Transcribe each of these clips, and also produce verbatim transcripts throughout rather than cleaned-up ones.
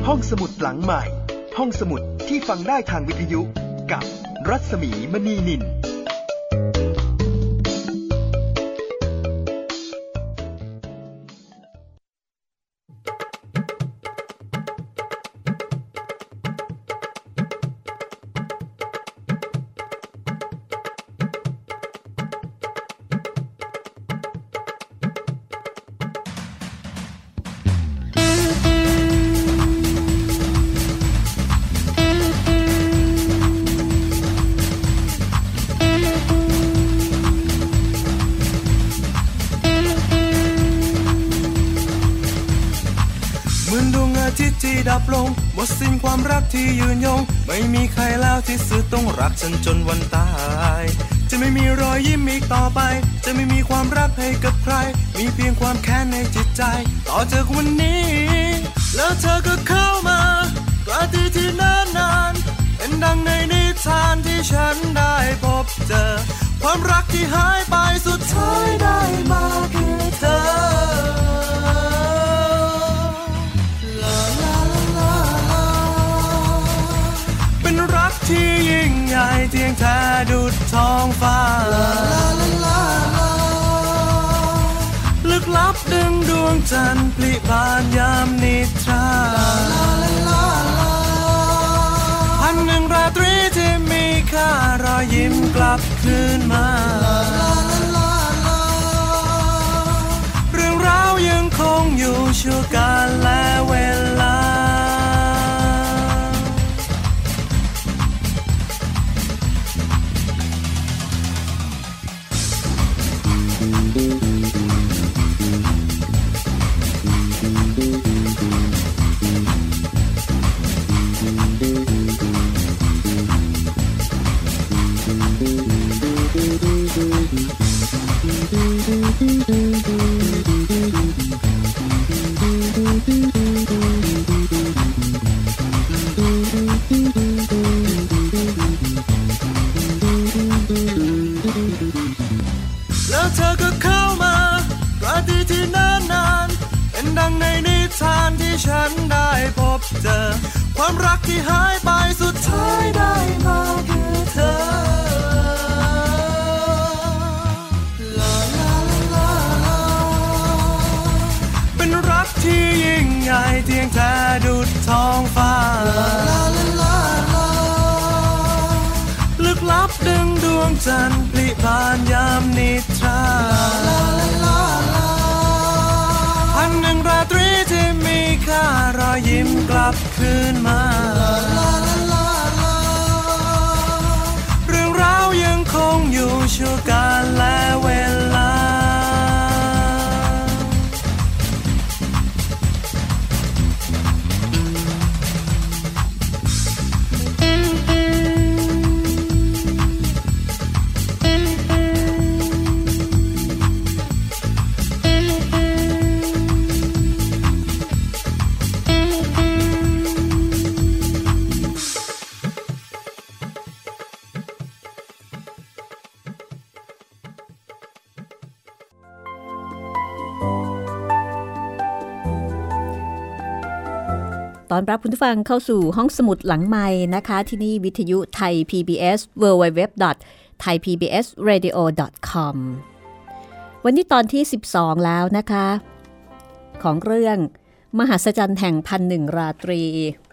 ห้องสมุดหลังใหม่ห้องสมุดที่ฟังได้ทางวิทยุกับรัศมีมณีนินดับลงหมดสิ้นความรักที่ยืนยงไม่มีใครแล้วที่สุดต้องรักฉันจนวันตายจะไม่มีรอยยิ้มอีกต่อไปจะไม่มีความรักให้กับใครมีเพียงความแค้นในจิตใจต่อจากวันนี้แล้วเธอก็เข้ามาปราณีที่นานนานเป็นดังในนิทานที่ฉันได้พบเจอความรักที่หายไปสุดท้ายได้มาคือเธอรักที่ยิ่งใหญ่เทียงแท้ดุจท้องฟ้าลึกลับดึงดวงจันทร์พลิบานยามนิทราพันหนึ่งราตรีที่มีค่ารอยยิ้มกลับคืนมาเรื่องราวยังคงอยู่ชั่วกาลและเวลาแล้วเธอก็เข้ามาปราณีที่นานนานเป็นดังในนิทานที่ฉันได้พบเจอความรักที่หายไปสุดท้ายได้มาคือเธอเป็นรักที่ยิ่งใหญ่เทียงแท้ดุจท้องฟ้าลึกลับดึงดวงจันทร์พลิบานยามนิทราพันหนึ่งราตรีที่มีค่ารอยยิ้มกลับคืนมาเรื่องราวยังคงอยู่ชั่วกาลและเวลาตอนรับคุณผู้ฟังเข้าสู่ห้องสมุดหลังไมค์นะคะที่นี่วิทยุไทย พี บี เอส ดับเบิลยู ดับเบิลยู ดับเบิลยู ดอท ไทย พี บี เอส เรดิโอ ดอท คอม วันนี้ตอนที่สิบสองแล้วนะคะของเรื่องมหัศจรรย์แห่งพันหนึ่งราตรี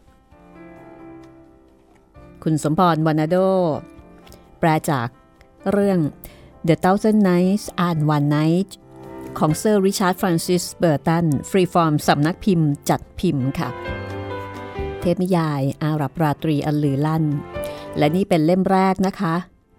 คุณสมพร วรรณโดแปลจากเรื่อง The Thousand Nights and One Night ของเซอร์ริชาร์ด ฟรานซิส เบอร์ตัน ฟรีฟอร์มสำนักพิมพ์จัดพิมพ์ค่ะเทพนิยายอาหรับราตรีอันลือลั่นและนี่เป็นเล่มแรกนะคะ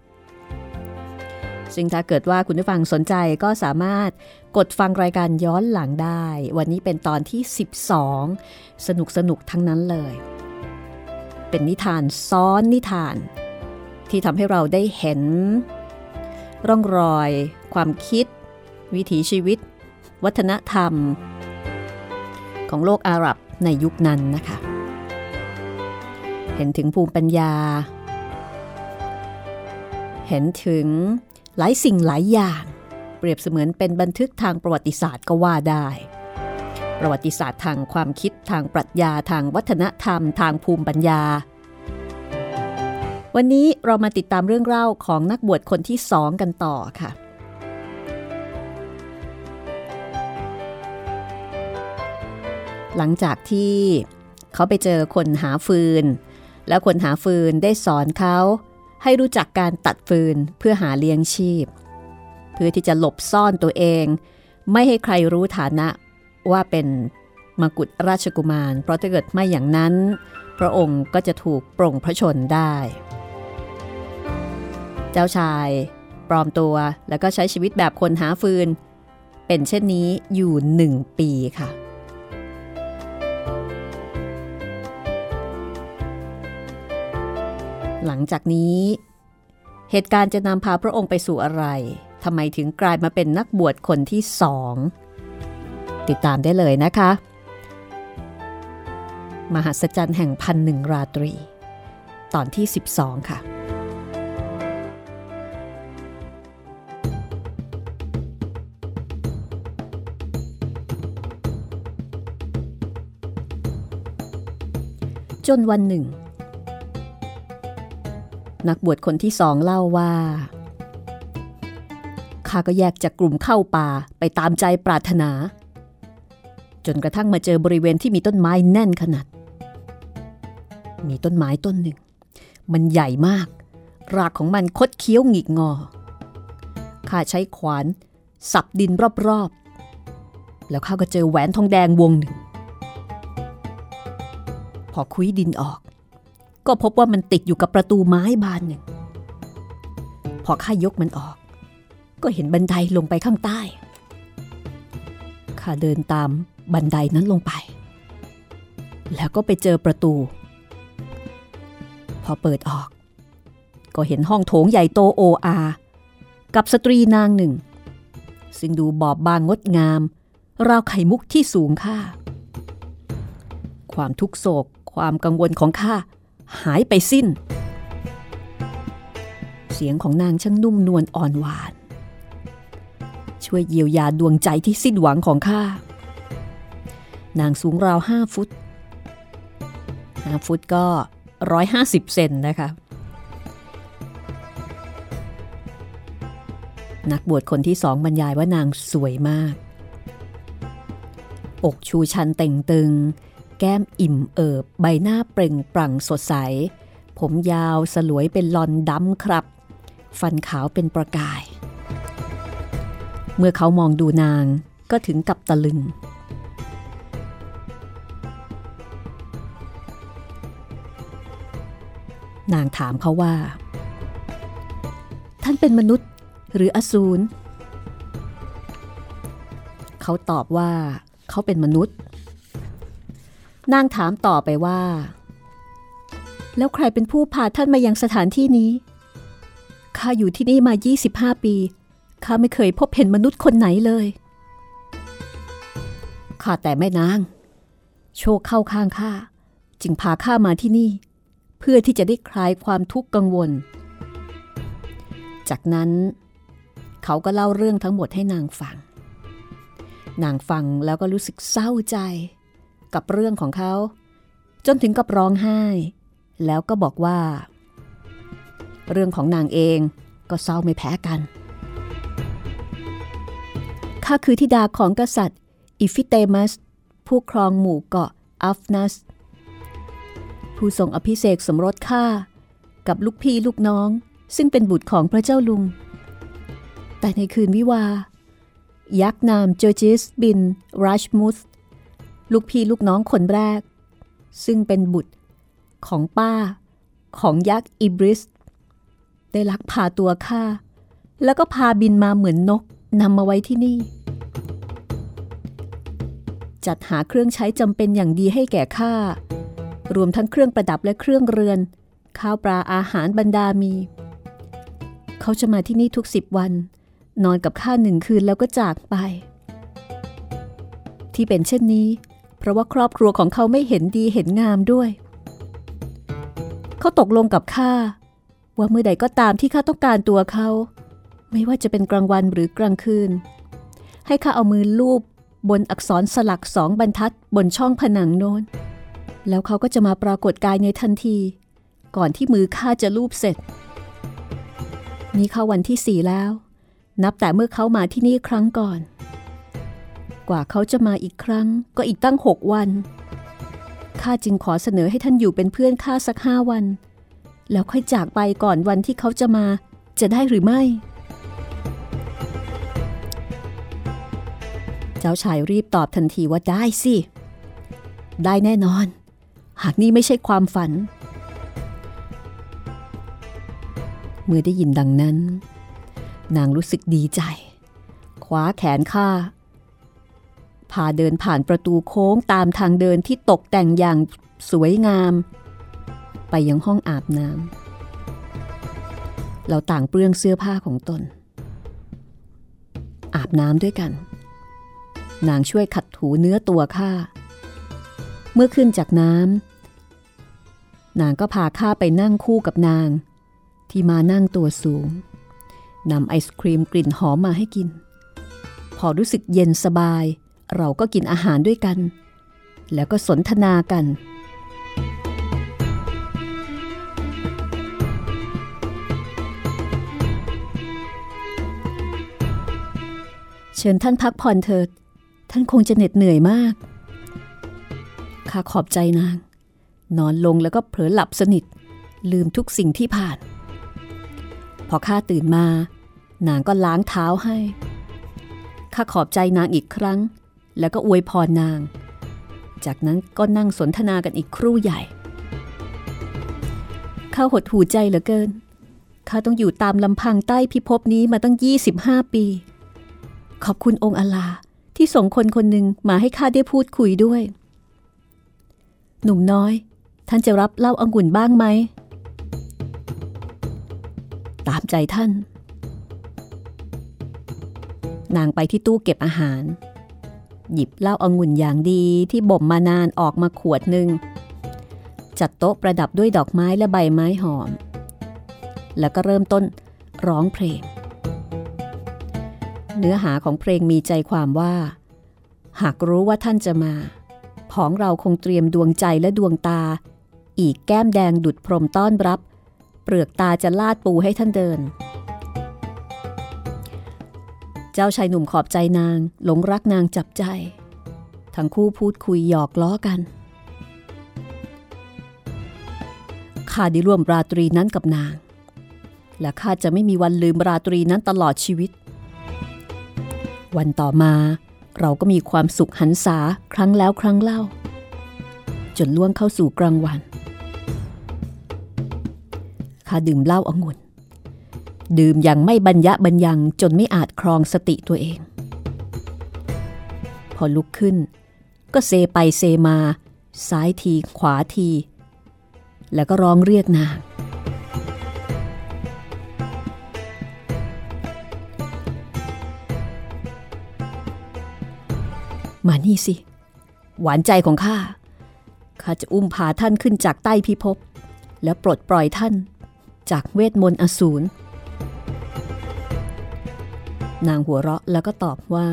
ซึ่งถ้าเกิดว่าคุณผู้ฟังสนใจก็สามารถกดฟังรายการย้อนหลังได้วันนี้เป็นตอนที่สิบสองสนุกสนุกทั้งนั้นเลยเป็นนิทานซ้อนนิทานที่ทำให้เราได้เห็นร่องรอยความคิดวิถีชีวิตวัฒนธรรมของโลกอาหรับในยุคนั้นนะคะเห็นถึงภูมิปัญญาเห็นถึงหลายสิ่งหลายอย่างเปรียบเสมือนเป็นบันทึกทางประวัติศาสตร์ก็ว่าได้ประวัติศาสตร์ทางความคิดทางปรัชญาทางวัฒนธรรมทางภูมิปัญญาวันนี้เรามาติดตามเรื่องเล่าของนักบวชคนที่สองกันต่อค่ะหลังจากที่เขาไปเจอคนหาฟืนแล้วคนหาฟืนได้สอนเขาให้รู้จักการตัดฟืนเพื่อหาเลี้ยงชีพเพื่อที่จะหลบซ่อนตัวเองไม่ให้ใครรู้ฐานะว่าเป็นมกุฎราชกุมารเพราะถ้าเกิดไม่อย่างนั้นพระองค์ก็จะถูกปลงพระชนได้เจ้าชายปลอมตัวแล้วก็ใช้ชีวิตแบบคนหาฟืนเป็นเช่นนี้อยู่หนึ่งปีค่ะหลังจากนี้เหตุการณ์จะนำพาพระองค์ไปสู่อะไรทำไมถึงกลายมาเป็นนักบวชคนที่สองติดตามได้เลยนะคะมหัศจรรย์แห่งพันหนึ่งราตรีตอนที่สิบสองค่ะจนวันหนึ่งนักบวชคนที่สองเล่าว่าข้าก็แยกจากกลุ่มเข้าป่าไปตามใจปรารถนาจนกระทั่งมาเจอบริเวณที่มีต้นไม้แน่นขนาดมีต้นไม้ต้นหนึ่งมันใหญ่มากรากของมันคดเคี้ยวหงิกงอข้าใช้ขวานสับดินรอบๆแล้วข้าก็เจอแหวนทองแดงวงหนึ่งพอคุ้ยดินออกก็พบว่ามันติดอยู่กับประตูไม้บานหนึ่งพอข้ายกมันออกก็เห็นบันไดลงไปข้างใต้ข้าเดินตามบันไดนั้นลงไปแล้วก็ไปเจอประตูพอเปิดออกก็เห็นห้องโถงใหญ่โตโออากับสตรีนางหนึ่งซึ่งดูบอบบางงดงามราวไข่มุกที่สูงค่าความทุกโศกความกังวลของข้าหายไปสิ้นเสียงของนางช่างนุ่มนวลอ่อนหวานช่วยเยียวยาดวงใจที่สิ้นหวังของข้านางสูงราวห้าฟุตห้าฟุตก็ร้อยห้าสิบเซนนะคะนักบวชคนที่สองบรรยายว่านางสวยมากอกชูชันเต่งตึงแก้มอิ่มเอิบใบหน้าเปล่งปลั่งสดใสผมยาวสลวยเป็นลอนดำครับฟันขาวเป็นประกายเมื่อเขามองดูนางก็ถึงกับตะลึงนางถามเขาว่าท่านเป็นมนุษย์หรืออสูรเขาตอบว่าเขาเป็นมนุษย์นางถามต่อไปว่าแล้วใครเป็นผู้พาท่านมายังสถานที่นี้ข้าอยู่ที่นี่มายี่สิบห้าปีข้าไม่เคยพบเห็นมนุษย์คนไหนเลยข้าแต่แม่นางโชคเข้าข้างข้าจึงพาข้ามาที่นี่เพื่อที่จะได้คลายความทุกข์กังวลจากนั้นเขาก็เล่าเรื่องทั้งหมดให้นางฟังนางฟังแล้วก็รู้สึกเศร้าใจกับเรื่องของเขาจนถึงกับร้องไห้แล้วก็บอกว่าเรื่องของนางเองก็เศร้าไม่แพ้กันข้าคือธิดาของกษัตริย์อิฟิเตมัสผู้ครองหมู่เกาะอัฟนัสผู้ทรงอภิเษกสมรสข้ากับลูกพี่ลูกน้องซึ่งเป็นบุตรของพระเจ้าลุงแต่ในคืนวิวายักษ์นามจอร์จิสบินราชมุสลูกพี่ลูกน้องคนแรกซึ่งเป็นบุตรของป้าของยักษ์อิบริสได้ลักพาตัวข้าแล้วก็พาบินมาเหมือนนกนำมาไว้ที่นี่จัดหาเครื่องใช้จำเป็นอย่างดีให้แก่ข้ารวมทั้งเครื่องประดับและเครื่องเรือนข้าวปลาอาหารบรรดามีเขาจะมาที่นี่ทุกสิบวันนอนกับข้าหนึ่งคืนแล้วก็จากไปที่เป็นเช่นนี้เพราะว่าครอบครัวของเขาไม่เห็นดีเห็นงามด้วยเขาตกลงกับข้าว่าเมื่อใดก็ตามที่ข้าต้องการตัวเขาไม่ว่าจะเป็นกลางวันหรือกลางคืนให้ข้าเอามือลูบบนอักษรสลักสองบรรทัดบนช่องผนังโน้นแล้วเขาก็จะมาปรากฏกายในทันทีก่อนที่มือข้าจะลูบเสร็จนี่เข้าวันที่สี่แล้วนับแต่เมื่อเขามาที่นี่ครั้งก่อนกว่าเขาจะมาอีกครั้งก็อีกตั้งหกวันข้าจึงขอเสนอให้ท่านอยู่เป็นเพื่อนข้าสักห้าวันแล้วค่อยจากไปก่อนวันที่เขาจะมาจะได้หรือไม่เจ้าชายรีบตอบทันทีว่าได้สิได้แน่นอนหากนี่ไม่ใช่ความฝันเมื่อได้ยินดังนั้นนางรู้สึกดีใจคว้าแขนข้าพาเดินผ่านประตูโค้งตามทางเดินที่ตกแต่งอย่างสวยงามไปยังห้องอาบน้ำเราต่างเปลื้องเสื้อผ้าของตนอาบน้ำด้วยกันนางช่วยขัดถูเนื้อตัวข้าเมื่อขึ้นจากน้ำนางก็พาข้าไปนั่งคู่กับนางที่มานั่งตัวสูงนำไอศครีมกลิ่นหอมมาให้กินพอรู้สึกเย็นสบายเราก็กินอาหารด้วยกันแล้วก็สนทนากันเชิญท่านพักผ่อนเถิดท่านคงจะเหน็ดเหนื่อยมากข้าขอบใจนางนอนลงแล้วก็เผลอหลับสนิทลืมทุกสิ่งที่ผ่านพอข้าตื่นมานางก็ล้างเท้าให้ข้าขอบใจนางอีกครั้งแล้วก็อวยพรนางจากนั้นก็นั่งสนทนากันอีกครู่ใหญ่ข้าหดหูใจเหลือเกินข้าต้องอยู่ตามลำพังใต้พิภพนี้มาตั้งยี่สิบห้าปีขอบคุณองค์อัลลาที่ส่งคนคนหนึ่งมาให้ข้าได้พูดคุยด้วยหนุ่มน้อยท่านจะรับเหล้าองุ่นบ้างไหมตามใจท่านนางไปที่ตู้เก็บอาหารหยิบเหล้าองุ่นอย่างดีที่บ่มมานานออกมาขวดหนึ่งจัดโต๊ะประดับด้วยดอกไม้และใบไม้หอมแล้วก็เริ่มต้นร้องเพลงเนื้อหาของเพลงมีใจความว่าหากรู้ว่าท่านจะมาผองเราคงเตรียมดวงใจและดวงตาอีกแก้มแดงดุจพรมต้อนรับเปลือกตาจะลาดปูให้ท่านเดินเจ้าชายหนุ่มขอบใจนางหลงรักนางจับใจทั้งคู่พูดคุยหยอกล้อกันข้าได้ร่วมราตรีนั้นกับนางและข้าจะไม่มีวันลืมราตรีนั้นตลอดชีวิตวันต่อมาเราก็มีความสุขหันษาครั้งแล้วครั้งเล่าจนล่วงเข้าสู่กลางวันข้าดื่มเหล้าองุ่นดื่มอย่างไม่บรรยะบรรยังจนไม่อาจครองสติตัวเองพอลุกขึ้นก็เซไปเซมาซ้ายทีขวาทีแล้วก็ร้องเรียกนางมานี่สิหวานใจของข้าข้าจะอุ้มพาท่านขึ้นจากใต้พิภพแล้วปลดปล่อยท่านจากเวทมนต์อสูรนางหัวเราะแล้วก็ตอบว่า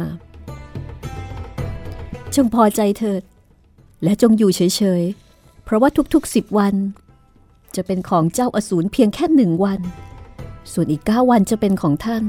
จงพอใจเถิดและจงอยู่เฉยๆเพราะว่าทุกๆสิบวันจะเป็นของเจ้าอสูรเพียงแค่หนึ่งวันส่วนอีกเก้าวันจะเป็นของท่าน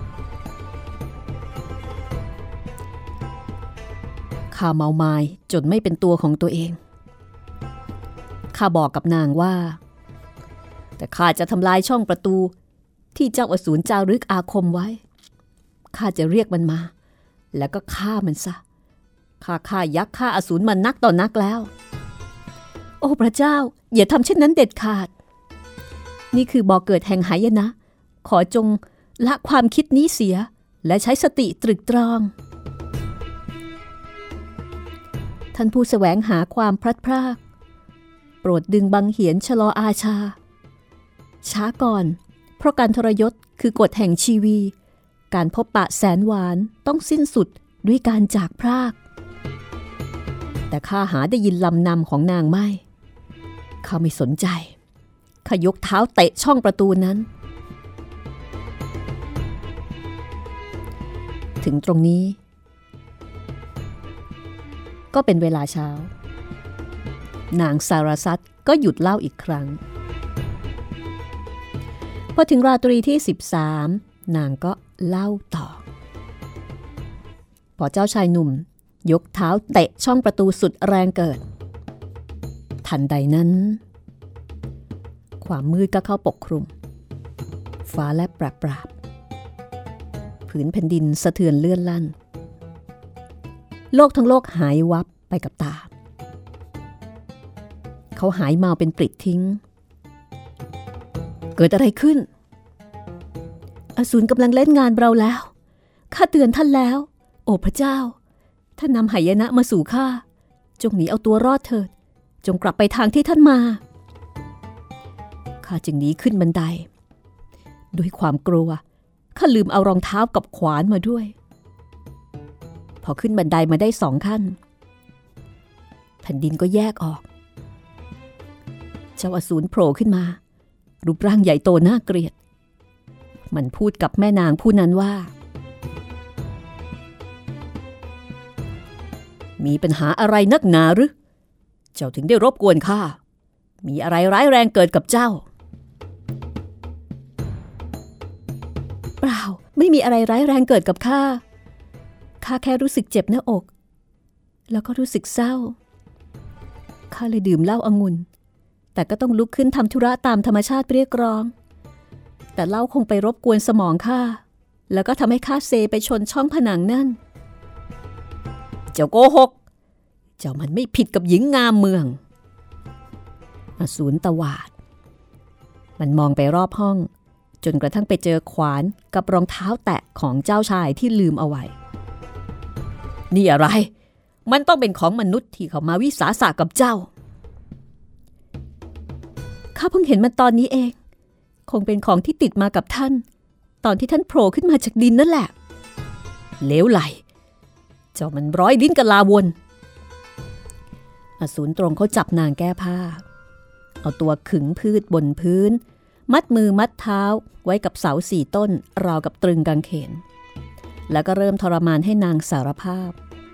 ข้าเมามายจนไม่เป็นตัวของตัวเองข้าบอกกับนางว่าแต่ข้าจะทำลายช่องประตูที่เจ้าอสูรจารึกอาคมไว้ข้าจะเรียกมันมาแล้วก็ฆ่ามันซะข้าฆ่ายักษ์ฆ่าอสูรมันนักต่อนักแล้วโอ้พระเจ้าอย่าทำเช่นนั้นเด็ดขาดนี่คือบ่อเกิดแห่งหายนะขอจงละความคิดนี้เสียและใช้สติตรึกตรองท่านผู้แสวงหาความพลัดพรากโปรดดึงบังเหียนชะลออาชาช้าก่อนเพราะการทรยศคือกฎแห่งชีวีการพบปะแสนหวานต้องสิ้นสุดด้วยการจากพรากแต่ข้าหาได้ยินลำนำของนางไม่ข้าไม่สนใจข้ายกเท้าเตะช่องประตูนั้นถึงตรงนี้ก็เป็นเวลาเช้านางสารสัตย์ก็หยุดเล่าอีกครั้งพอถึงราตรีที่สิบสามนางก็เล่าต่อพอเจ้าชายหนุ่มยกเท้าเตะช่องประตูสุดแรงเกิดทันใดนั้นความมืดก็เข้าปกคลุมฟ้าแลบปราบปราบผืนแผ่นดินสะเทือนเลื่อนลั่นโลกทั้งโลกหายวับไปกับตาเขาหายเมาเป็นปลิดทิ้งเกิดอะไรขึ้นอสูรกำลังเล่นงานเราแล้วข้าเตือนท่านแล้วโอ้พระเจ้าท่านนำหายนะมาสู่ข้าจงหนีเอาตัวรอดเถิดจงกลับไปทางที่ท่านมาข้าจึงหนีขึ้นบันไดด้วยความกลัวข้าลืมเอารองเท้ากับขวานมาด้วยพอขึ้นบันไดมาได้สองขั้นแผ่นดินก็แยกออกเจ้าอสูรโผล่ขึ้นมารูปร่างใหญ่โตน่าเกลียดมันพูดกับแม่นางผู้นั้นว่ามีปัญหาอะไรนักหนาหรือเจ้าถึงได้รบกวนข้ามีอะไรร้ายแรงเกิดกับเจ้าเปล่าไม่มีอะไรร้ายแรงเกิดกับข้าข้าแค่รู้สึกเจ็บหน้าอกแล้วก็รู้สึกเศร้าข้าเลยดื่มเหล้าองุ่นแต่ก็ต้องลุกขึ้นทำธุระตามธรรมชาติเรียกร้องแต่เหล้าคงไปรบกวนสมองข้าแล้วก็ทำให้ข้าเซไปชนช่องผนังนั่นเจ้าโกหกเจ้ามันไม่ผิดกับหญิงงามเมืองอสูรตวาดมันมองไปรอบห้องจนกระทั่งไปเจอขวานกับรองเท้าแตะของเจ้าชายที่ลืมเอาไว้นี่อะไรมันต้องเป็นของมนุษย์ที่เขามาวิสาสะกับเจ้าข้าเพิ่งเห็นมันตอนนี้เองคงเป็นของที่ติดมากับท่านตอนที่ท่านโผล่ขึ้นมาจากดินนั่นแหละเลวไหลเจ้ามันร้อยลิ้นกะลาวนอสูรตรงเขาจับนางแก้ผ้าเอาตัวขึงพืชบนพื้นมัดมือมัดเท้าไว้กับเสาสี่ต้นราวกับตรึงกางเขนแล้วก็เริ่มทรมานให้นางสารภาพ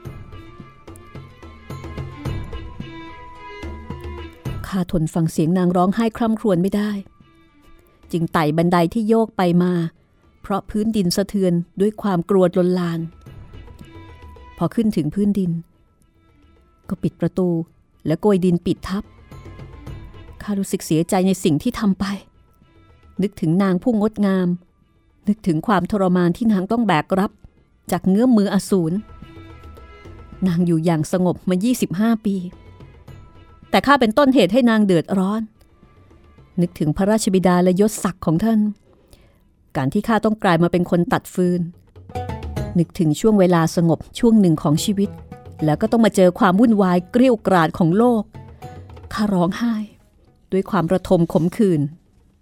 ข้าทนฟังเสียงนางร้องไห้คร่ำครวญไม่ได้จึงไต่บันไดที่โยกไปมาเพราะพื้นดินสะเทือนด้วยความกลัวลนลานพอขึ้นถึงพื้นดินก็ปิดประตูและโกยดินปิดทับข้ารู้สึกเสียใจในสิ่งที่ทำไปนึกถึงนางผู้งดงามนึกถึงความทรมานที่นางต้องแบกรับจากเงื้อมมืออสูรนางอยู่อย่างสงบมายี่สิบห้าปีแต่ข้าเป็นต้นเหตุให้นางเดือดร้อนนึกถึงพระราชบิดาและยศศักดิ์ของท่านการที่ข้าต้องกลายมาเป็นคนตัดฟืนนึกถึงช่วงเวลาสงบช่วงหนึ่งของชีวิตแล้วก็ต้องมาเจอความวุ่นวายเกรี้ยวกราดของโลกข้าร้องไห้ด้วยความระทมขมขื่น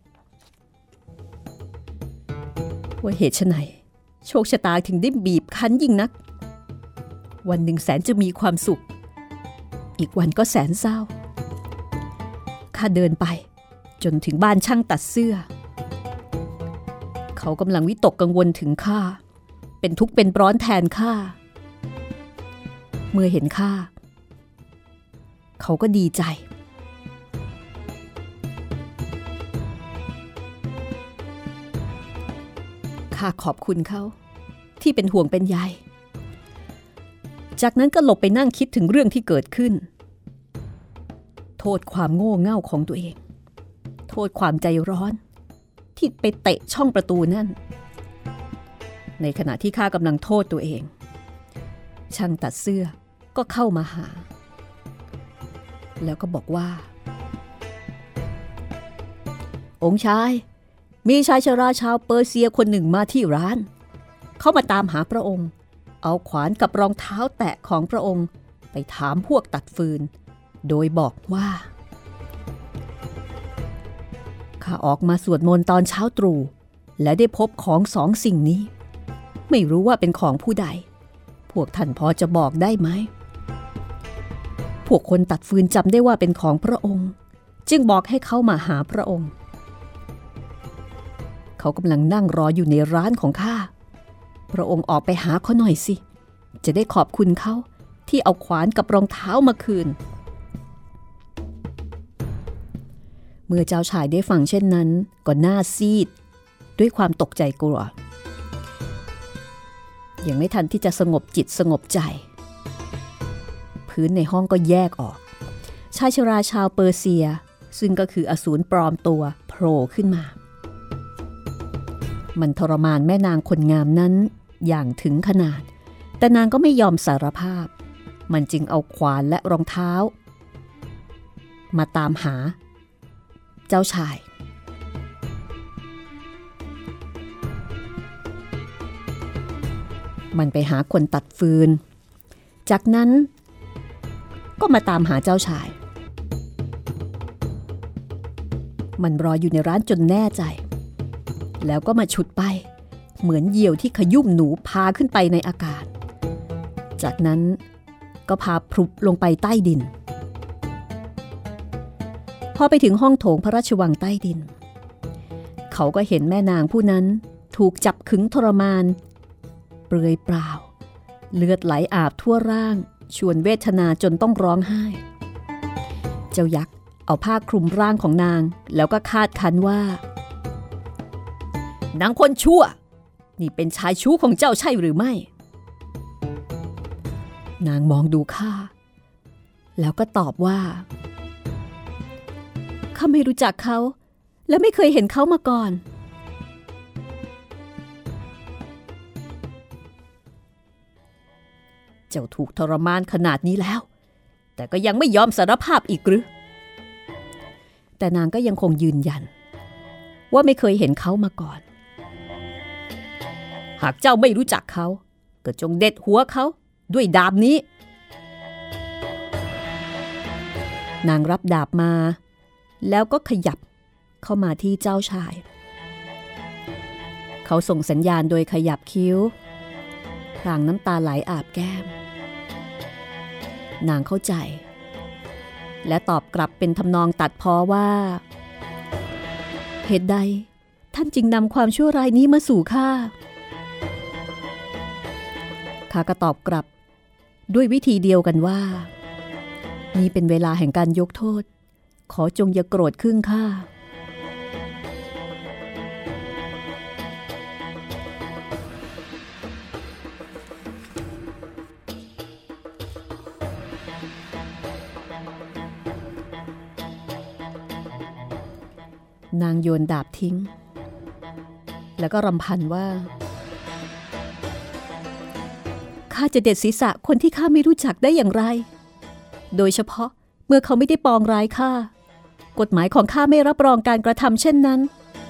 ว่าเหตุไฉนโชคชะตาถึงได้บีบคั้นยิ่งนักวันหนึ่งแสนจะมีความสุขอีกวันก็แสนเศร้าข้าเดินไปจนถึงบ้านช่างตัดเสื้อเขากำลังวิตกกังวลถึงข้าเป็นทุกข์เป็นร้อนแทนข้าเมื่อเห็นข้าเขาก็ดีใจข้าขอบคุณเขาที่เป็นห่วงเป็นใยจากนั้นก็หลบไปนั่งคิดถึงเรื่องที่เกิดขึ้นโทษความโง่เง่าของตัวเองโทษความใจร้อนที่ไปเตะช่องประตูนั่นในขณะที่ข้ากำลังโทษตัวเองช่างตัดเสื้อก็เข้ามาหาแล้วก็บอกว่าองค์ชายมีชายชราชาวเปอร์เซียคนหนึ่งมาที่ร้านเขามาตามหาพระองค์เอาขวานกับรองเท้าแตะของพระองค์ไปถามพวกตัดฟืนโดยบอกว่าข้าออกมาสวดมนต์ตอนเช้าตรู่และได้พบของสองสิ่งนี้ไม่รู้ว่าเป็นของผู้ใดพวกท่านพอจะบอกได้ไหมพวกคนตัดฟืนจำได้ว่าเป็นของพระองค์จึงบอกให้เขามาหาพระองค์เขากำลังนั่งรออยู่ในร้านของข้าพระองค์ออกไปหาเขาหน่อยสิจะได้ขอบคุณเขาที่เอาขวานกับรองเท้ามาคืนเมื่อเจ้าชายได้ฟังเช่นนั้นก็หน้าซีดด้วยความตกใจกลัวยังไม่ทันที่จะสงบจิตสงบใจพื้นในห้องก็แยกออกชายชราชาวเปอร์เซียซึ่งก็คืออสูรปลอมตัวโผล่ขึ้นมามันทรมานแม่นางคนงามนั้นอย่างถึงขนาดแต่นางก็ไม่ยอมสารภาพมันจึงเอาขวานและรองเท้ามาตามหาเจ้าชายมันไปหาคนตัดฟืนจากนั้นก็มาตามหาเจ้าชายมันรออยู่ในร้านจนแน่ใจแล้วก็มาฉุดไปเหมือนเหยี่ยวที่ขยุ่มหนูพาขึ้นไปในอากาศจากนั้นก็พาพลุบลงไปใต้ดินพอไปถึงห้องโถงพระราชวังใต้ดินเขาก็เห็นแม่นางผู้นั้นถูกจับขึงทรมานเปลือยเปล่าเลือดไหลอาบทั่วร่างชวนเวทนาจนต้องร้องไห้เจ้ายักษ์เอาผ้าคลุมร่างของนางแล้วก็คาดคั้นว่านางคนชั่วนี่เป็นชายชู้ของเจ้าใช่หรือไม่นางมองดูข้าแล้วก็ตอบว่าข้าไม่รู้จักเขาและไม่เคยเห็นเขามาก่อนเจ้าถูกทรมานขนาดนี้แล้วแต่ก็ยังไม่ยอมสารภาพอีกหรือแต่นางก็ยังคงยืนยันว่าไม่เคยเห็นเขามาก่อนหากเจ้าไม่รู้จักเขาก็จงเด็ดหัวเขาด้วยดาบนี้นางรับดาบมาแล้วก็ขยับเข้ามาที่เจ้าชายเขาส่งสัญญาณโดยขยับคิ้วพรางน้ำตาไหลอาบแก้มนางเข้าใจและตอบกลับเป็นทำนองตัดพ้อว่าเหตุใดท่านจึงนำความชั่วร้ายนี้มาสู่ข้าข้าก็ตอบกลับด้วยวิธีเดียวกันว่านี่เป็นเวลาแห่งการยกโทษขอจงอย่าโกรธเคืองข้านางโยนดาบทิ้งแล้วก็รำพันว่าข้าจะเด็ดศีรษะคนที่ข้าไม่รู้จักได้อย่างไรโดยเฉพาะเมื่อเขาไม่ได้ปองร้ายข้ากฎหมายของข้าไม่รับรองการกระทำเช่นนั้น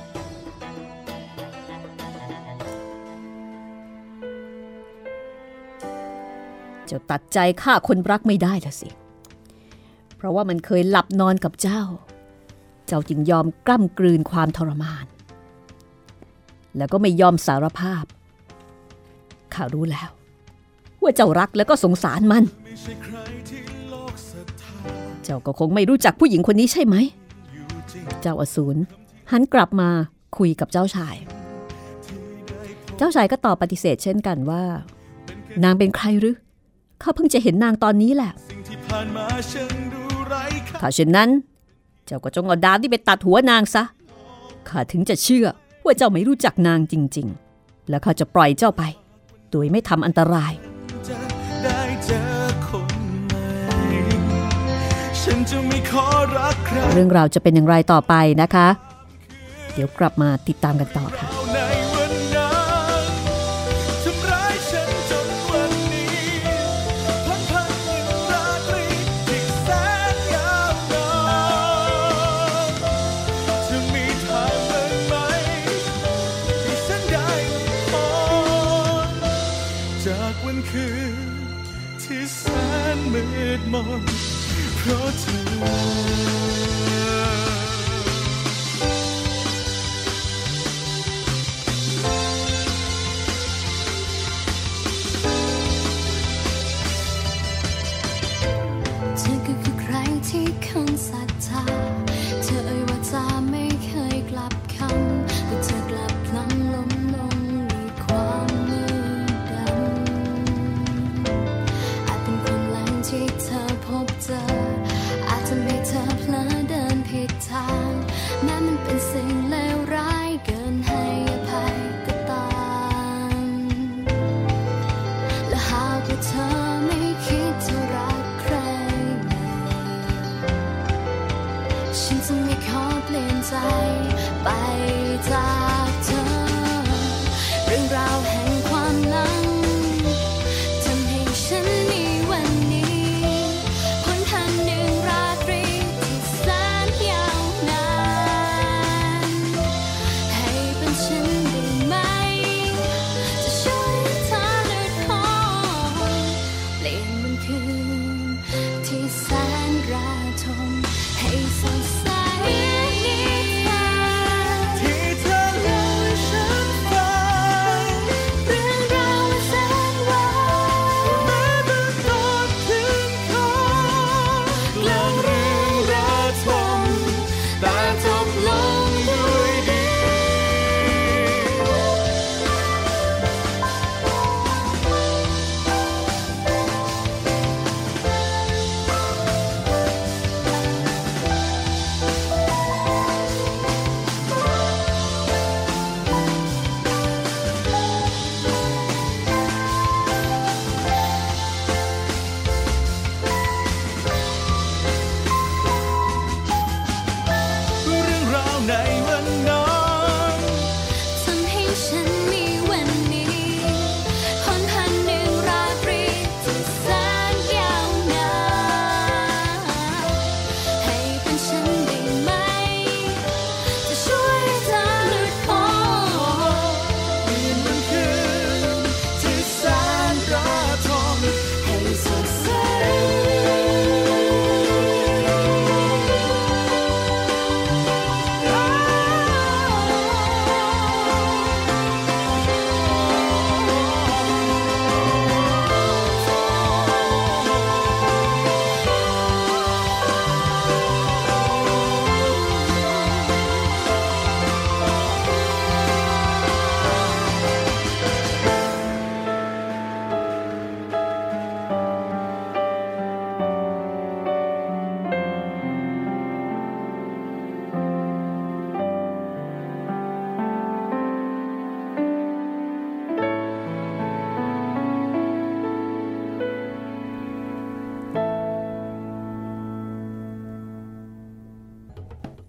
เจ้าตัดใจฆ่าคนรักไม่ได้ละสิเพราะว่ามันเคยหลับนอนกับเจ้าเจ้าจึงยอมกล้ำกลืนความทรมานแล้วก็ไม่ยอมสารภาพข้ารู้แล้วว่าเจ้ารักแล้วก็สงสารมันเจ้าก็คงไม่รู้จักผู้หญิงคนนี้ใช่ไหมเจ้าอสูรหันกลับมาคุยกับเจ้าชายเจ้าชายก็ตอบปฏิเสธเช่นกันว่านางเป็นใครหรือข้าเพิ่งจะเห็นนางตอนนี้แหละถ้าเช่นนั้นเจ้าก็จงเอาดาบที่ไปตัดหัวนางซะข้าถึงจะเชื่อว่าเจ้าไม่รู้จักนางจริงๆและข้าจะปล่อยเจ้าไปโดยไม่ทำอันตรายเรื่องราวจะเป็นอย่างไรต่อไปนะคะเดี๋ยวกลับมาติดตามกันต่อค่ะเพราะเธอก็คือใครที่คนศรัทธาเธอเอ่ยว่าจะไม่เคยกลับคำแต่เธอกลับพลันล้มลงในความมืดดำอาจเป็นคน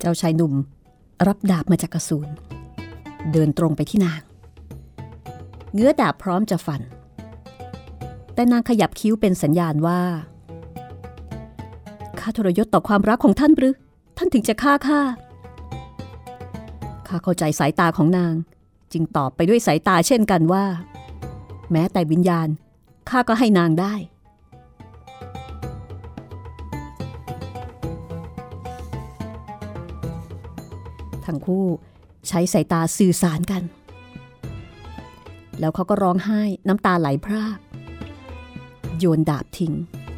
จ้าชายหนุ่มรับดาบมาจากอสูรเดินตรงไปที่นางเงื้อดาบพร้อมจะฟันแต่นางขยับคิ้วเป็นสัญญาณว่าข้าทรยศต่อความรักของท่านหรือท่านถึงจะฆ่าข้าข้าเข้าใจสายตาของนางจึงตอบไปด้วยสายตาเช่นกันว่าแม้แต่วิญญาณข้าก็ให้นางได้ทั้งคู่ใช้สายตาสื่อสารกันแล้วเขาก็ร้องไห้น้ำตาไหลพรากโยนดาบทิ้ง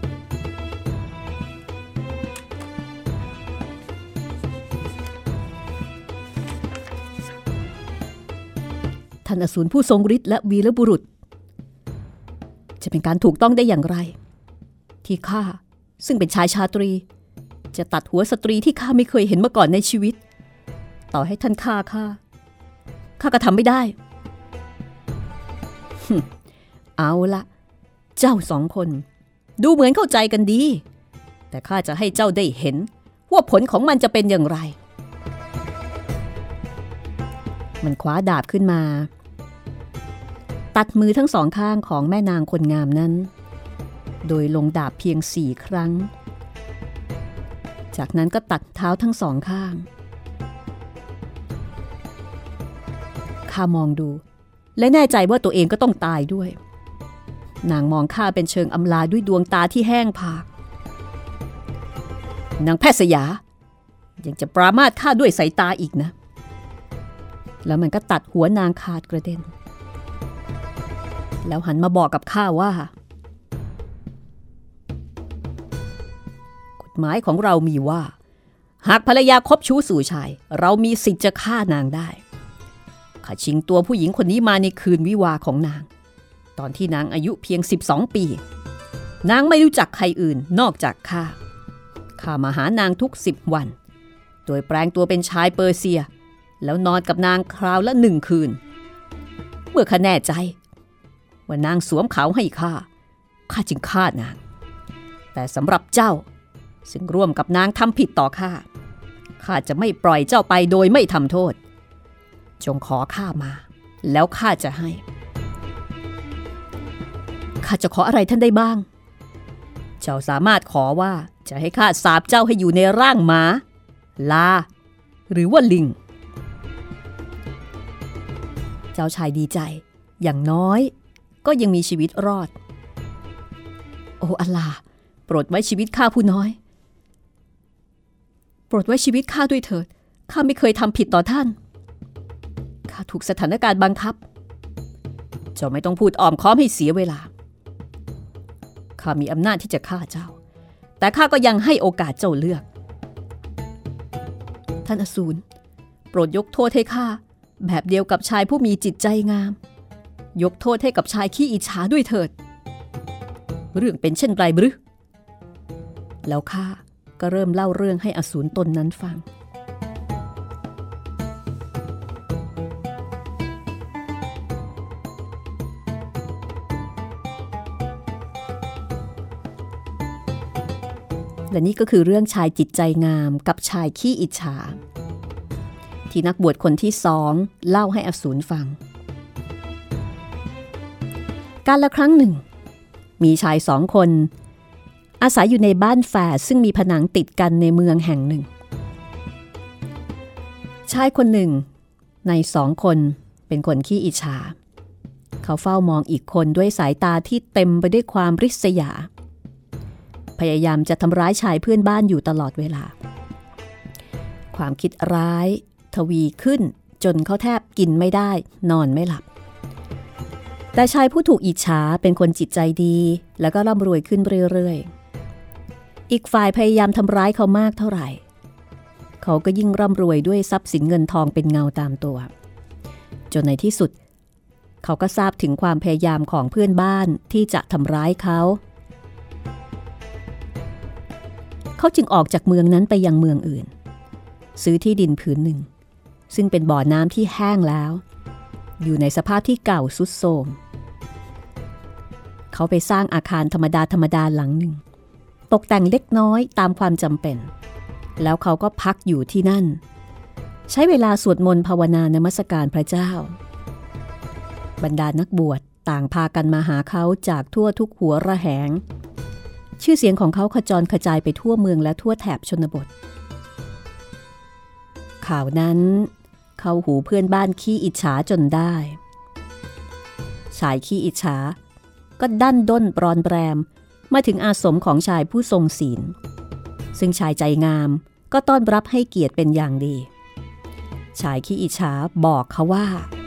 ท่านอสูรผู้ทรงฤทธิ์และวีรบุรุษจะเป็นการถูกต้องได้อย่างไรที่ข้าซึ่งเป็นชายชาตรีจะตัดหัวสตรีที่ข้าไม่เคยเห็นมาก่อนในชีวิตต่อให้ท่านฆ่าข้าข้าก็ทำไม่ได้เอาละเจ้าสองคนดูเหมือนเข้าใจกันดีแต่ข้าจะให้เจ้าได้เห็นว่าผลของมันจะเป็นอย่างไรมันคว้าดาบขึ้นมาตัดมือทั้งสองข้างของแม่นางคนงามนั้นโดยลงดาบเพียงสี่ครั้งจากนั้นก็ตัดเท้าทั้งสองข้างข้ามองดูและแน่ใจว่าตัวเองก็ต้องตายด้วยนางมองข้าเป็นเชิงอำลาด้วยดวงตาที่แห้งผากนางแพทย์สยายังจะปรามาสข้าด้วยสายตาอีกนะแล้วมันก็ตัดหัวนางขาดกระเด็นแล้วหันมาบอกกับข้าว่ากฎหมายของเรามีว่าหากภรรยาคบชู้สู่ชายเรามีสิทธิ์จะฆ่านางได้ข้าชิงตัวผู้หญิงคนนี้มาในคืนวิวาของนางตอนที่นางอายุเพียงสิบสองปีนางไม่รู้จักใครอื่นนอกจากข้าข้ามาหานางทุกสิบวันโดยแปลงตัวเป็นชายเปอร์เซียแล้วนอนกับนางคราวละหนึ่งคืนเมื่อข้าแน่ใจว่านางสวมเขาให้ข้าข้าจึงฆ่านางแต่สำหรับเจ้าซึ่งร่วมกับนางทำผิดต่อข้าข้าจะไม่ปล่อยเจ้าไปโดยไม่ทำโทษจงขอข้ามาแล้วข้าจะให้ข้าจะขออะไรท่านได้บ้างเจ้าสามารถขอว่าจะให้ข้าสาปเจ้าให้อยู่ในร่างหมาลาหรือว่าลิงเจ้าชายดีใจอย่างน้อยก็ยังมีชีวิตรอดโอ้อัลลาโปรดไว้ชีวิตข้าผู้น้อยโปรดไว้ชีวิตข้าด้วยเถิดข้าไม่เคยทำผิดต่อท่านข้าถูกสถานการณ์บังคับเจ้าไม่ต้องพูดอ้อมค้อมให้เสียเวลาข้ามีอำนาจที่จะฆ่าเจ้าแต่ข้าก็ยังให้โอกาสเจ้าเลือกท่านอสูรโปรดยกโทษให้ข้าแบบเดียวกับชายผู้มีจิตใจงามยกโทษให้กับชายขี้อิจฉาด้วยเถิดเรื่องเป็นเช่นไรบรึแล้วข้าก็เริ่มเล่าเรื่องให้อสูรตนนั้นฟังและนี่ก็คือเรื่องชายจิตใจงามกับชายขี้อิจฉาที่นักบวชคนที่สองเล่าให้อสูรฟังกาลละครั้งหนึ่งมีชายสองคนอาศัยอยู่ในบ้านแฝดซึ่งมีผนังติดกันในเมืองแห่งหนึ่งชายคนหนึ่งในสองคนเป็นคนขี้อิจฉาเขาเฝ้ามองอีกคนด้วยสายตาที่เต็มไปด้วยความริษยาพยายามจะทำร้ายชายเพื่อนบ้านอยู่ตลอดเวลาความคิดร้ายทวีขึ้นจนเขาแทบกินไม่ได้นอนไม่หลับแต่ชายผู้ถูกอิจฉาเป็นคนจิตใจดีแล้วก็ร่ำรวยขึ้นเรื่อยๆอีกฝ่ายพยายามทำร้ายเขามากเท่าไหร่เขาก็ยิ่งร่ำรวยด้วยทรัพย์สินเงินทองเป็นเงาตามตัวจนในที่สุดเขาก็ทราบถึงความพยายามของเพื่อนบ้านที่จะทำร้ายเขาเขาจึงออกจากเมืองนั้นไปยังเมืองอื่นซื้อที่ดินผืนหนึ่งซึ่งเป็นบ่อน้ำที่แห้งแล้วอยู่ในสภาพที่เก่าทรุดโทรมเขาไปสร้างอาคารธรรมดาธรรมดาหลังหนึ่งตกแต่งเล็กน้อยตามความจำเป็นแล้วเขาก็พักอยู่ที่นั่นใช้เวลาสวดมนต์ภาวนานมัสการพระเจ้าบรรดานักบวชต่างพากันมาหาเขาจากทั่วทุกหัวระแหงชื่อเสียงของเขาขจรกระจายไปทั่วเมืองและทั่วแถบชนบทข่าวนั้นเข้าหูเพื่อนบ้านขี้อิจฉาจนได้ชายขี้อิจฉาก็ดั้นด้นปรอนแปรมมาถึงอาสมของชายผู้ทรงศีลซึ่งชายใจงามก็ต้อนรับให้เกียรติเป็นอย่างดีชายขี้อิจฉาบอกเขาว่า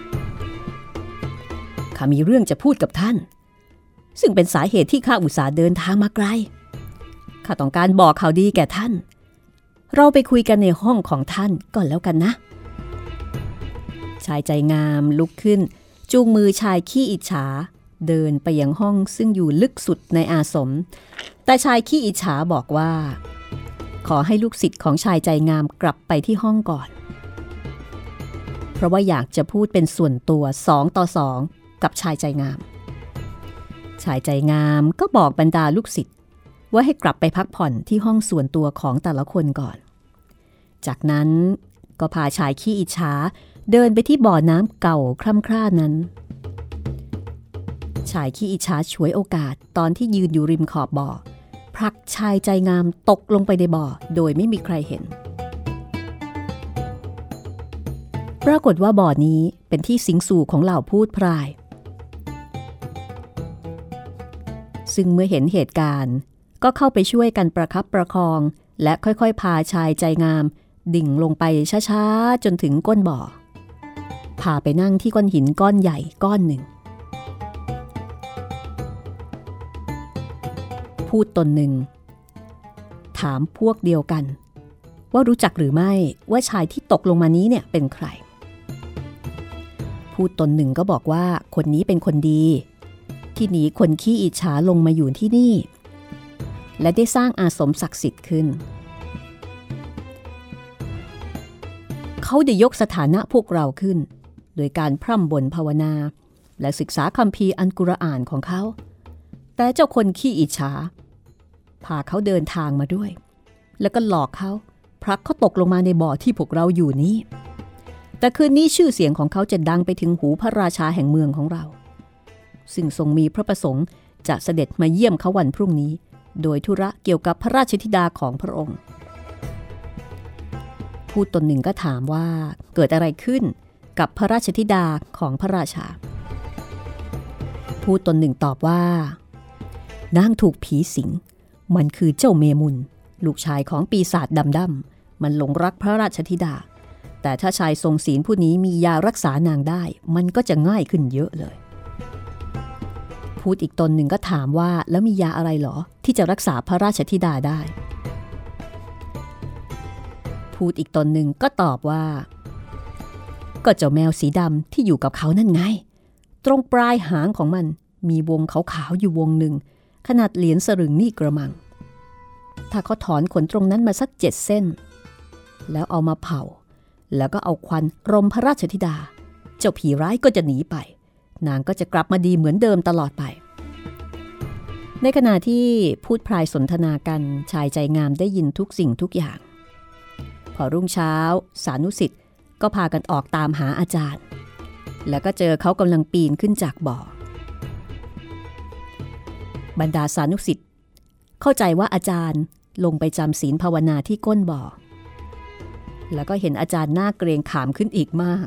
ข้ามีเรื่องจะพูดกับท่านซึ่งเป็นสาเหตุที่ข้าอุตส่าห์เดินทางมาไกลข้าต้องการบอกข่าวดีแก่ท่านเราไปคุยกันในห้องของท่านก่อนแล้วกันนะชายใจงามลุกขึ้นจูงมือชายขี้อิจฉาเดินไปยังห้องซึ่งอยู่ลึกสุดในอาสมแต่ชายขี้อิจฉาบอกว่าขอให้ลูกศิษย์ของชายใจงามกลับไปที่ห้องก่อนเพราะว่าอยากจะพูดเป็นส่วนตัวสองต่อสองกับชายใจงามชายใจงามก็บอกบรรดาลูกศิษย์ว่าให้กลับไปพักผ่อนที่ห้องส่วนตัวของแต่ละคนก่อนจากนั้นก็พาชายขี้อิจฉาเดินไปที่บ่อน้ำเก่าคร่ำคร่านั้นชายขี้อิจฉาฉวยโอกาสตอนที่ยืนอยู่ริมขอบบ่อผลักชายใจงามตกลงไปในบ่อโดยไม่มีใครเห็นปรากฏว่าบ่อนี้เป็นที่สิงสู่ของเหล่าพูดพรายซึ่งเมื่อเห็นเหตุการณ์ก็เข้าไปช่วยกันประคับประคองและค่อยๆพาชายใจงามดิ่งลงไปช้าๆจนถึงก้นบ่อพาไปนั่งที่ก้อนหินก้อนใหญ่ก้อนหนึ่งพูดตนหนึ่งถามพวกเดียวกันว่ารู้จักหรือไม่ว่าชายที่ตกลงมานี้เนี่ยเป็นใครพูดตนหนึ่งก็บอกว่าคนนี้เป็นคนดีที่หนีคนขี้อิจฉาลงมาอยู่ที่นี่และได้สร้างอาสมศักดิ์สิทธิ์ขึ้นเขาได้ยกสถานะพวกเราขึ้นโดยการพร่ำบ่นภาวนาและศึกษาคัมภีร์อัลกุรอานของเขาแต่เจ้าคนขี้อิจฉาพาเขาเดินทางมาด้วยแล้วก็หลอกเขาพลักเขาตกลงมาในบ่อที่พวกเราอยู่นี้แต่คืนนี้ชื่อเสียงของเขาจะดังไปถึงหูพระราชาแห่งเมืองของเราซึ่งทรงมีพระประสงค์จะเสด็จมาเยี่ยมเขาวันพรุ่งนี้โดยธุระเกี่ยวกับพระราชธิดาของพระองค์พูดตนหนึ่งก็ถามว่าเกิดอะไรขึ้นกับพระราชธิดาของพระราชาพูดตนหนึ่งตอบว่านางถูกผีสิงมันคือเจ้าเมมุนลูกชายของปีศาจดำดำมันหลงรักพระราชธิดาแต่ถ้าชายทรงศีลผู้นี้มียารักษานางได้มันก็จะง่ายขึ้นเยอะเลยพูดอีกตนหนึ่งก็ถามว่าแล้วมียาอะไรหรอที่จะรักษาพระราชธิดาได้พูดอีกตนหนึ่งก็ตอบว่าก็เจ้าแมวสีดำที่อยู่กับเขานั่นไงตรงปลายหางของมันมีวงขาวๆอยู่วงหนึ่งขนาดเหรียญสลึงนี่กระมังถ้าเขาถอนขนตรงนั้นมาสักเจ็ดเส้นแล้วเอามาเผาแล้วก็เอาควันรมพระราชธิดาเจ้าผีร้ายก็จะหนีไปนางก็จะกลับมาดีเหมือนเดิมตลอดไปในขณะที่พูดพลายสนทนากันชายใจงามได้ยินทุกสิ่งทุกอย่างพอรุ่งเช้าสานุสิทธิ์ก็พากันออกตามหาอาจารย์แล้วก็เจอเขากำลังปีนขึ้นจากบ่อบรรดาสานุสิทธิ์เข้าใจว่าอาจารย์ลงไปจำศีลภาวนาที่ก้นบ่อแล้วก็เห็นอาจารย์หน้าเกรงขามขึ้นอีกมาก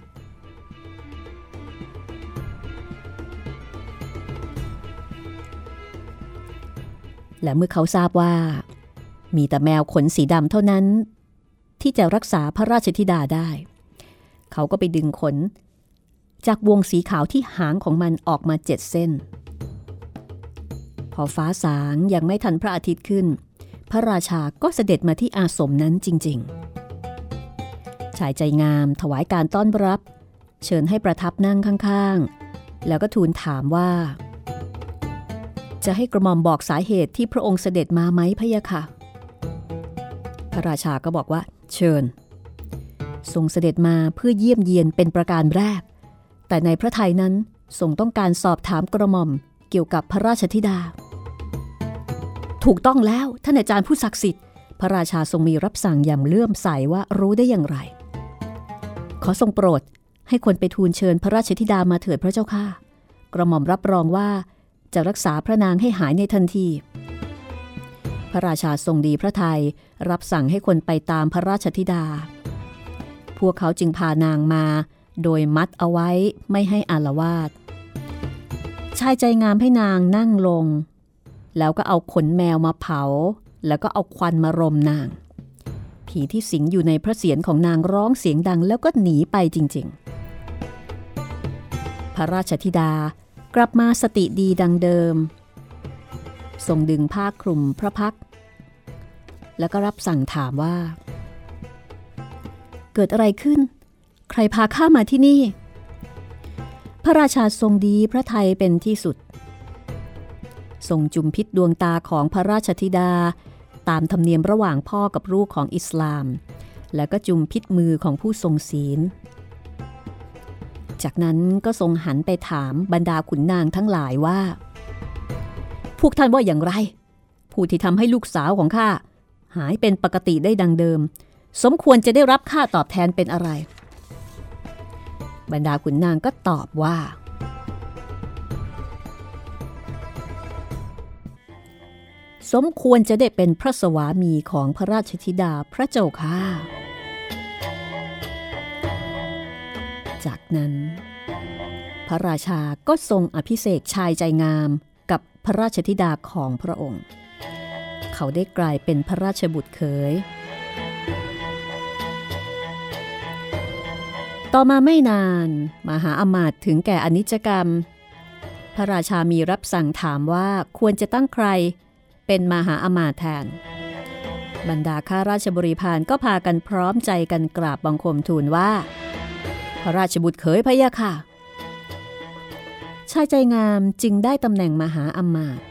และเมื่อเขาทราบว่ามีแต่แมวขนสีดำเท่านั้นที่จะรักษาพระราชธิดาได้เขาก็ไปดึงขนจากวงสีขาวที่หางของมันออกมาเจ็ดเส้นพอฟ้าสางยังไม่ทันพระอาทิตย์ขึ้นพระราชาก็เสด็จมาที่อาสมนั้นจริงๆชายใจงามถวายการต้อนรับเชิญให้ประทับนั่งข้างๆแล้วก็ทูลถามว่าจะให้กระหม่อมบอกสาเหตุที่พระองค์เสด็จมาไหมพะยะค่ะพระราชาก็บอกว่าเชิญทรงเสด็จมาเพื่อเยี่ยมเยียนเป็นประการแรกแต่ในพระทัยนั้นทรงต้องการสอบถามกระหม่อมเกี่ยวกับพระราชธิดาถูกต้องแล้วท่านอาจารย์ผู้ศักดิ์สิทธิ์พระราชาทรงมีรับสั่งอย่างเลื่อมใสว่ารู้ได้อย่างไรขอทรงโปรดให้คนไปทูลเชิญพระราชธิดามาเถิดพระเจ้าค่ะกระหม่อมรับรองว่าจะรักษาพระนางให้หายในทันทีพระราชาทรงดีพระทัยรับสั่งให้คนไปตามพระราชธิดาพวกเขาจึงพานางมาโดยมัดเอาไว้ไม่ให้อาละวาดชายใจงามให้นางนั่งลงแล้วก็เอาขนแมวมาเผาแล้วก็เอาควันมารมนางผีที่สิงอยู่ในพระเศียรของนางร้องเสียงดังแล้วก็หนีไปจริงๆพระราชธิดากลับมาสติดีดังเดิมทรงดึงผ้าคลุมพระพักตร์แล้วก็รับสั่งถามว่าเกิดอะไรขึ้นใครพาข้ามาที่นี่พระราชาทรงดีพระทัยเป็นที่สุดทรงจุมพิษดวงตาของพระราชธิดาตามธรรมเนียมระหว่างพ่อกับลูกของอิสลามแล้วก็จุมพิษมือของผู้ทรงศีลจากนั้นก็ทรงหันไปถามบรรดาขุนนางทั้งหลายว่าพวกท่านว่าอย่างไรผู้ที่ทำให้ลูกสาวของข้าหายเป็นปกติได้ดังเดิมสมควรจะได้รับค่าตอบแทนเป็นอะไรบรรดาขุนนางก็ตอบว่าสมควรจะได้เป็นพระสวามีของพระราชธิดาพระเจ้าค่ะจากนั้นพระราชาก็ทรงอภิเษกชายใจงามกับพระราชธิดาของพระองค์เขาได้กลายเป็นพระราชบุตรเขยต่อมาไม่นานมหาอมาตย์ถึงแก่อนิจกรรมพระราชามีรับสั่งถามว่าควรจะตั้งใครเป็นมหาอมาตย์แทนบรรดาข้าราชบริพารก็พากันพร้อมใจกันกราบบังคมทูลว่าพระราชบุตรเขยพะยะค่ะชายใจงามจึงได้ตำแหน่งมหาอมาตย์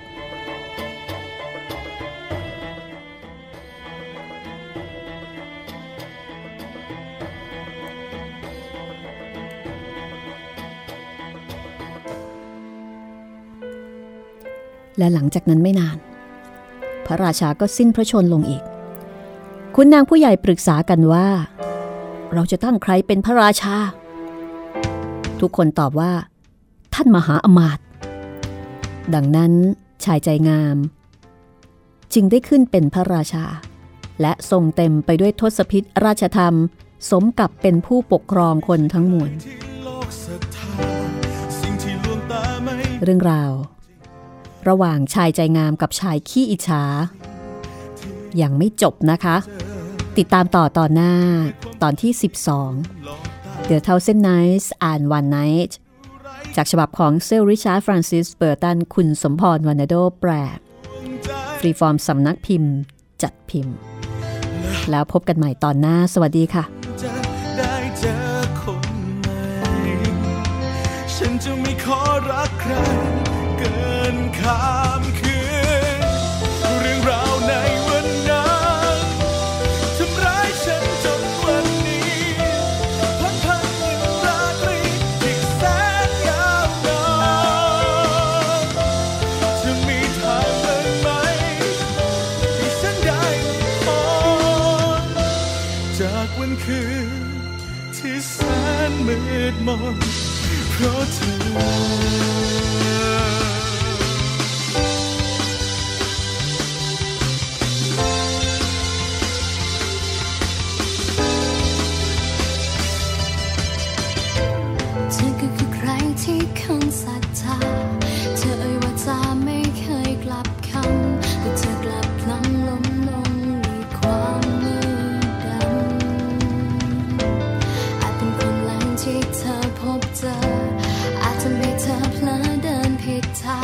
และหลังจากนั้นไม่นานพระราชาก็สิ้นพระชนม์ลงอีกคุณนางผู้ใหญ่ปรึกษากันว่าเราจะตั้งใครเป็นพระราชาทุกคนตอบว่าท่านมหาอมาตย์ดังนั้นชายใจงามจึงได้ขึ้นเป็นพระราชาและทรงเต็มไปด้วยทศพิธราชธรรมสมกับเป็นผู้ปกครองคนทั้งมวลเรื่องราวระหว่างชายใจงามกับชายขี้อิจฉายังไม่จบนะคะติดตามต่อตอนหน้าตอนที่สิบสอง The Thousand Nights and One Night จากฉบับของเซลริชาร์ดฟรานซิสเบอร์ตันคุณสมพรวรรณโดแปลฟรีฟอร์มสำนักพิมพ์จัดพิมพ์แล้วพบกันใหม่ตอนหน้าสวัสดีค่ะฉันจะไม่ขอรักใครเกินข้ามคืนเรื่องราวในวันนั้นทำร้ายฉันจนวันนี้พันพันวันราตรีที่แสนยาวนานจะมีทางเดินไหมที่ฉันได้พบจากวันคืนที่แสนมืดมนเพราะเธอที่คนศรัทธาเธอเอ่ยว่าจะไม่เคยกลับคำแต่เธอกลับพลั้งล้มลงในความมืดดำอาจเป็นคนแรงที่เธอพบเจออาจทำให้เธอเพลอเดินผิดท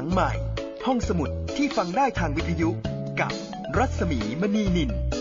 ลังใหม่ห้องสมุดที่ฟังได้ทางวิทยุกับรัศมีมณีนิน